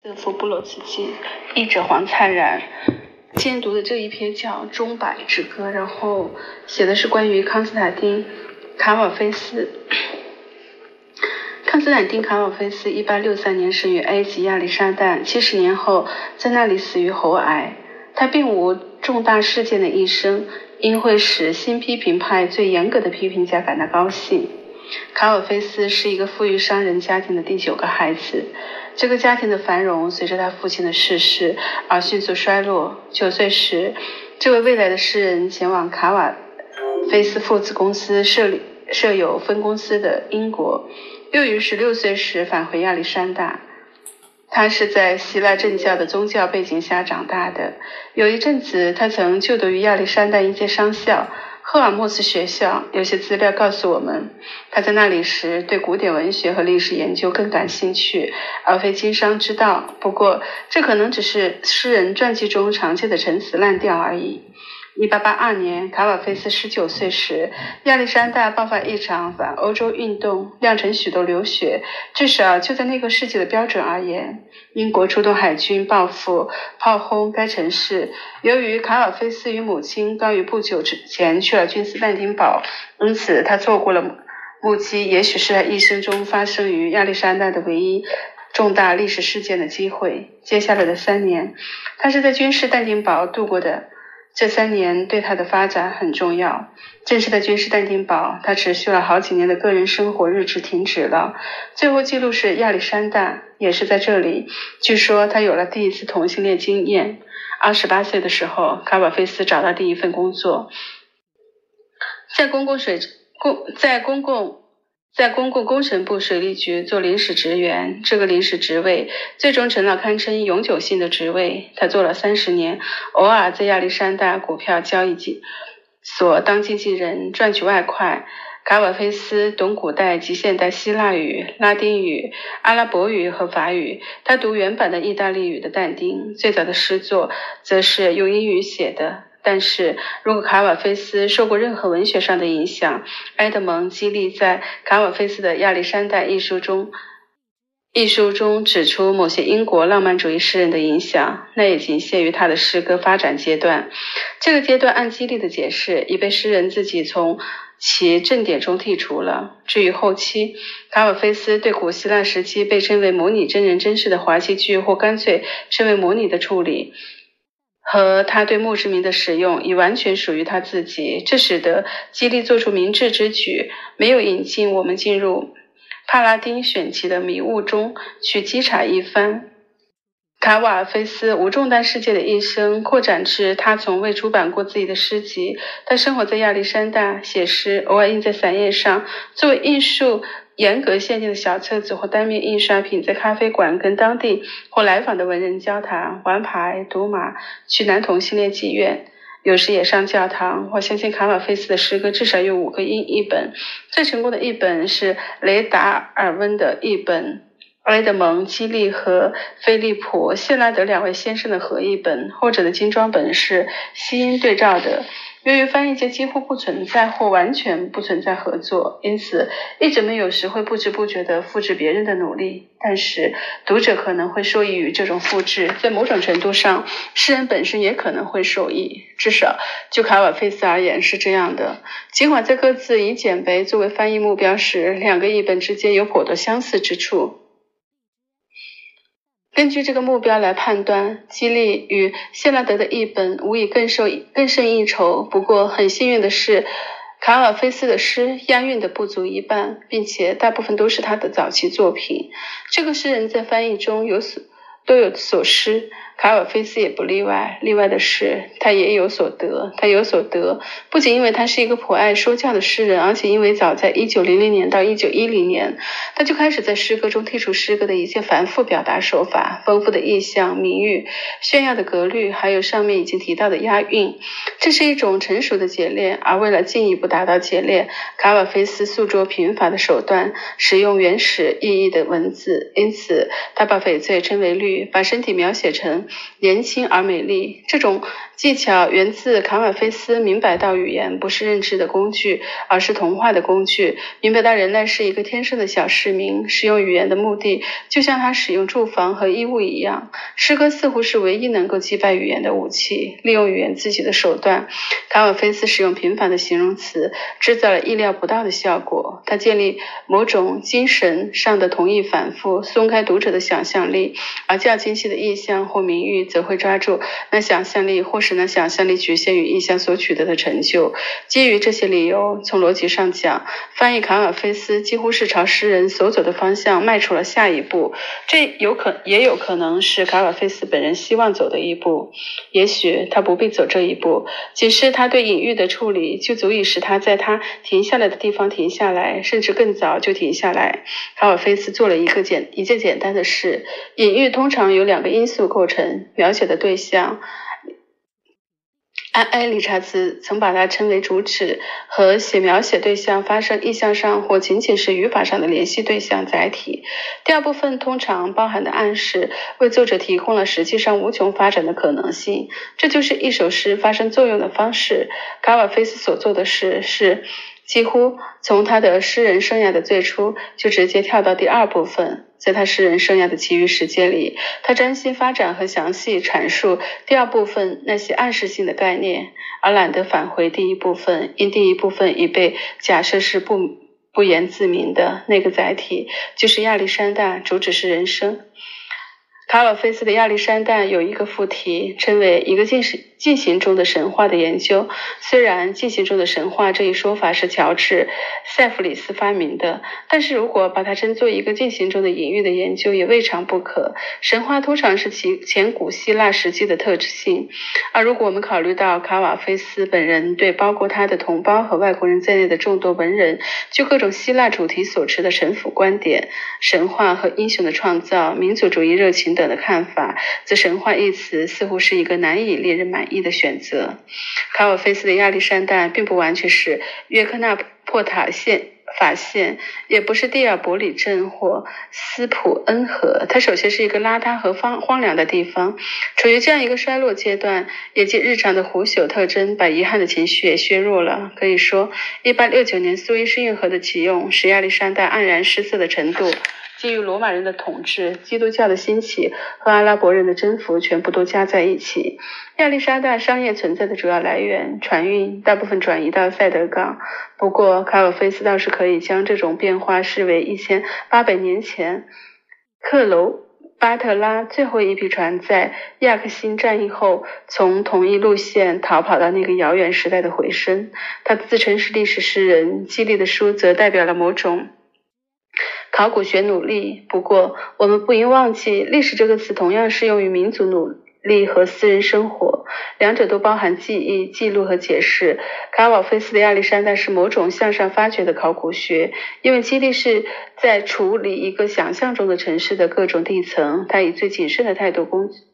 德夫布罗茨基，译者黄灿然。今天读的这一篇叫《钟摆之歌》，然后写的是关于康斯坦丁·卡瓦菲斯。康斯坦丁·卡瓦菲斯1863年生于埃及亚历山大，70年后在那里死于喉癌。他并无重大事件的一生，因会使新批评派最严格的批评家感到高兴。卡瓦菲斯是一个富裕商人家庭的第9个孩子，这个家庭的繁荣随着他父亲的逝世而迅速衰落。9岁时，这位未来的诗人前往卡瓦菲斯父子公司设有分公司的英国，又于16岁时返回亚历山大。他是在希腊正教的宗教背景下长大的。有一阵子，他曾就读于亚历山大一间商校赫尔墨斯学校。有些资料告诉我们，他在那里时对古典文学和历史研究更感兴趣，而非经商之道。不过，这可能只是诗人传记中常见的陈词滥调而已。1882年，卡瓦菲斯19岁时，亚历山大爆发一场反欧洲运动，酿成许多流血。至少就在那个世纪的标准而言，英国出动海军报复、炮轰该城市。由于卡瓦菲斯与母亲刚于不久之前去了君士坦丁堡，因此他错过了目击也许是他一生中发生于亚历山大的唯一重大历史事件的机会。接下来的3年，他是在君士坦丁堡度过的。这3年对他的发展很重要。正是在君士坦丁堡，他持续了好几年的个人生活日志停止了。最后记录是亚历山大，也是在这里，据说他有了第一次同性恋经验。28岁的时候，卡瓦菲斯找到第一份工作，在公共工程部水利局做临时职员。这个临时职位最终成了堪称永久性的职位。他做了30年，偶尔在亚历山大股票交易所当经纪人，赚取外快。卡瓦菲斯懂古代及现代希腊语、拉丁语、阿拉伯语和法语。他读原版的意大利语的但丁，最早的诗作则是用英语写的。但是如果卡瓦菲斯受过任何文学上的影响，埃德蒙·基利在卡瓦菲斯的亚历山大一书中指出某些英国浪漫主义诗人的影响，那也仅限于他的诗歌发展阶段。这个阶段按基利的解释已被诗人自己从其正典中剔除了。至于后期，卡瓦菲斯对古希腊时期被称为模拟真人真事的滑稽剧，或干脆称为模拟的处理，和他对墓志铭的使用已完全属于他自己。这使得基利做出明智之举，没有引进我们进入帕拉丁选集的迷雾中去稽查一番。卡瓦菲斯无重大事件的一生扩展至他从未出版过自己的诗集。他生活在亚历山大，写诗偶尔印在伞叶上，作为印数严格限定的小册子或单面印刷品，在咖啡馆跟当地或来访的文人交谈、玩牌、赌马、去男同性恋妓院，有时也上教堂。我相信卡瓦菲斯的诗歌至少有5个英译本，最成功的一本是雷达尔温的译本，埃德蒙·基利和菲利普·谢拉德2位先生的合译本，后者的精装本是西英对照的。由于翻译界几乎不存在或完全不存在合作，因此译者们有时会不知不觉地复制别人的努力，但是读者可能会受益于这种复制。在某种程度上，诗人本身也可能会受益，至少就卡瓦菲斯而言是这样的。尽管在各自以简碑作为翻译目标时，2个译本之间有颇多相似之处。根据这个目标来判断，基利与谢拉德的译本无疑更胜一筹。不过很幸运的是，卡瓦菲斯的诗押韵的不足一半，并且大部分都是他的早期作品。这个诗人在翻译中都有所失，卡瓦菲斯也不例外。例外的是，他也有所得。他有所得，不仅因为他是一个颇爱说教的诗人，而且因为早在1900年到1910年，他就开始在诗歌中剔除诗歌的一切繁复表达手法、丰富的意象、名誉、炫耀的格律，还有上面已经提到的押韵。这是一种成熟的节练，而为了进一步达到节练，卡瓦菲斯诉诸贫乏的手段，使用原始意义的文字。因此他把翡翠称为绿，把身体描写成年轻而美丽。这种技巧源自卡瓦菲斯明白到语言不是认知的工具，而是同化的工具，明白到人类是一个天生的小市民，使用语言的目的就像他使用住房和衣物一样。诗歌似乎是唯一能够击败语言的武器，利用语言自己的手段。卡瓦菲斯使用频繁的形容词，制造了意料不到的效果。他建立某种精神上的同义反复，松开读者的想象力，而较精细的意象或名誉则会抓住那想象力，或使那想象力局限于意象所取得的成就。基于这些理由，从逻辑上讲，翻译卡瓦菲斯几乎是朝诗人所走的方向迈出了下一步。这也有可能是卡瓦菲斯本人希望走的一步。也许他不必走这一步，仅是他对隐喻的处理就足以使他在他停下来的地方停下来，甚至更早就停下来。卡瓦菲斯做了一件简单的事。隐喻通常由2个因素构成：描写的对象，安埃理查兹曾把它称为主旨，和描写对象发生意象上或仅仅是语法上的联系对象载体。第二部分通常包含的暗示为作者提供了实际上无穷发展的可能性，这就是一首诗发生作用的方式。卡瓦菲斯所做的事是几乎从他的诗人生涯的最初就直接跳到第2部分。在他诗人生涯的其余时间里，他专心发展和详细阐述第2部分那些暗示性的概念，而懒得返回第1部分，因第1部分已被假设是不言自明的。那个载体就是亚历山大，主旨是人生。卡瓦菲斯的亚历山大有一个副题，称为一个进行中的神话的研究。虽然进行中的神话这一说法是乔治·塞弗里斯发明的，但是如果把它称作一个进行中的隐喻的研究也未尝不可。神话通常是其前古希腊时期的特性，而如果我们考虑到卡瓦菲斯本人对包括他的同胞和外国人在内的众多文人就各种希腊主题所持的神父观点、神话和英雄的创造、民族主义热情等的看法，则神话一词似乎是一个难以令人满意的选择。卡瓦菲斯的亚历山大并不完全是约克纳珀塔法线，也不是蒂尔伯里镇或斯普恩河，它首先是一个邋遢和荒凉的地方。处于这样一个衰落阶段，也即日常的腐朽特征把遗憾的情绪也削弱了。可以说1869年苏伊士运河的启用使亚历山大黯然失色的程度，基于罗马人的统治、基督教的兴起和阿拉伯人的征服全部都加在一起。亚历山大商业存在的主要来源，船运大部分转移到塞德港，不过卡瓦菲斯倒是可以将这种变化视为1800年前克楼巴特拉最后一批船在亚克辛战役后从同一路线逃跑到那个遥远时代的回声。他自称是历史诗人，激励的书则代表了某种考古学努力。不过我们不应忘记，历史这个词同样适用于民族努力和私人生活，两者都包含记忆、记录和解释。卡瓦菲斯的亚历山大是某种向上发掘的考古学，因为激励是在处理一个想象中的城市的各种地层，他以最谨慎的态度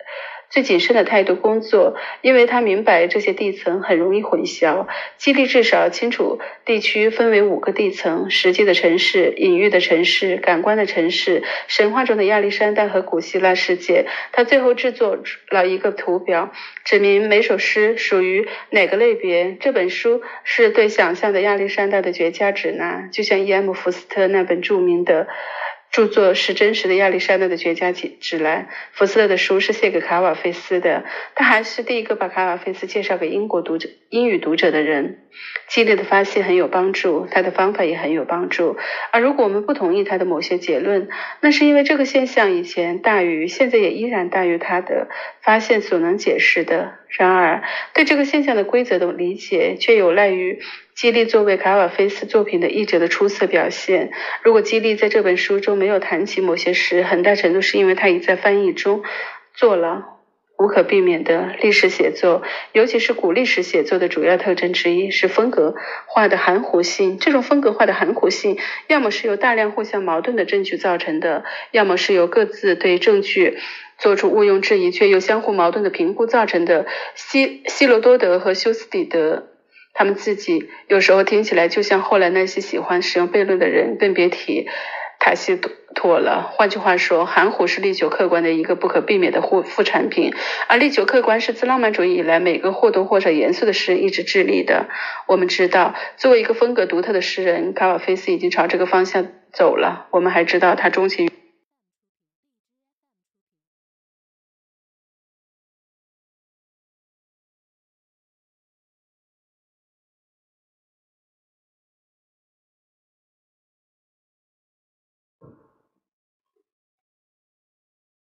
工作，因为他明白这些地层很容易混淆。基地至少清楚地区分为5个地层：实际的城市、隐喻的城市、感官的城市、神话中的亚历山大和古希腊世界。他最后制作了一个图表，指明每首诗属于哪个类别。这本书是对想象的亚历山大的绝佳指南，就像E.M. 福斯特那本著名的著作是真实的亚历山大的绝佳指南。福斯特的书是写给卡瓦菲斯的，他还是第一个把卡瓦菲斯介绍给英语读者的人。激烈的发现很有帮助，他的方法也很有帮助。而如果我们不同意他的某些结论，那是因为这个现象以前大于，现在也依然大于他的发现所能解释的。然而，对这个现象的规则的理解却有赖于基利作为卡瓦菲斯作品的译者的出色表现。如果基利在这本书中没有谈起某些事，很大程度是因为他已在翻译中做了无可避免的历史写作，尤其是古历史写作的主要特征之一是风格化的含糊性。这种风格化的含糊性，要么是由大量互相矛盾的证据造成的，要么是由各自对证据做出毋庸置疑却又相互矛盾的评估造成的。希罗多德和修斯底德他们自己有时候听起来就像后来那些喜欢使用悖论的人，更别提塔西佗了。换句话说，含糊是历久客观的一个不可避免的副产品，而历久客观是自浪漫主义以来每个或多或少严肃的诗人一直致力的。我们知道，作为一个风格独特的诗人，卡瓦菲斯已经朝这个方向走了。我们还知道他钟情于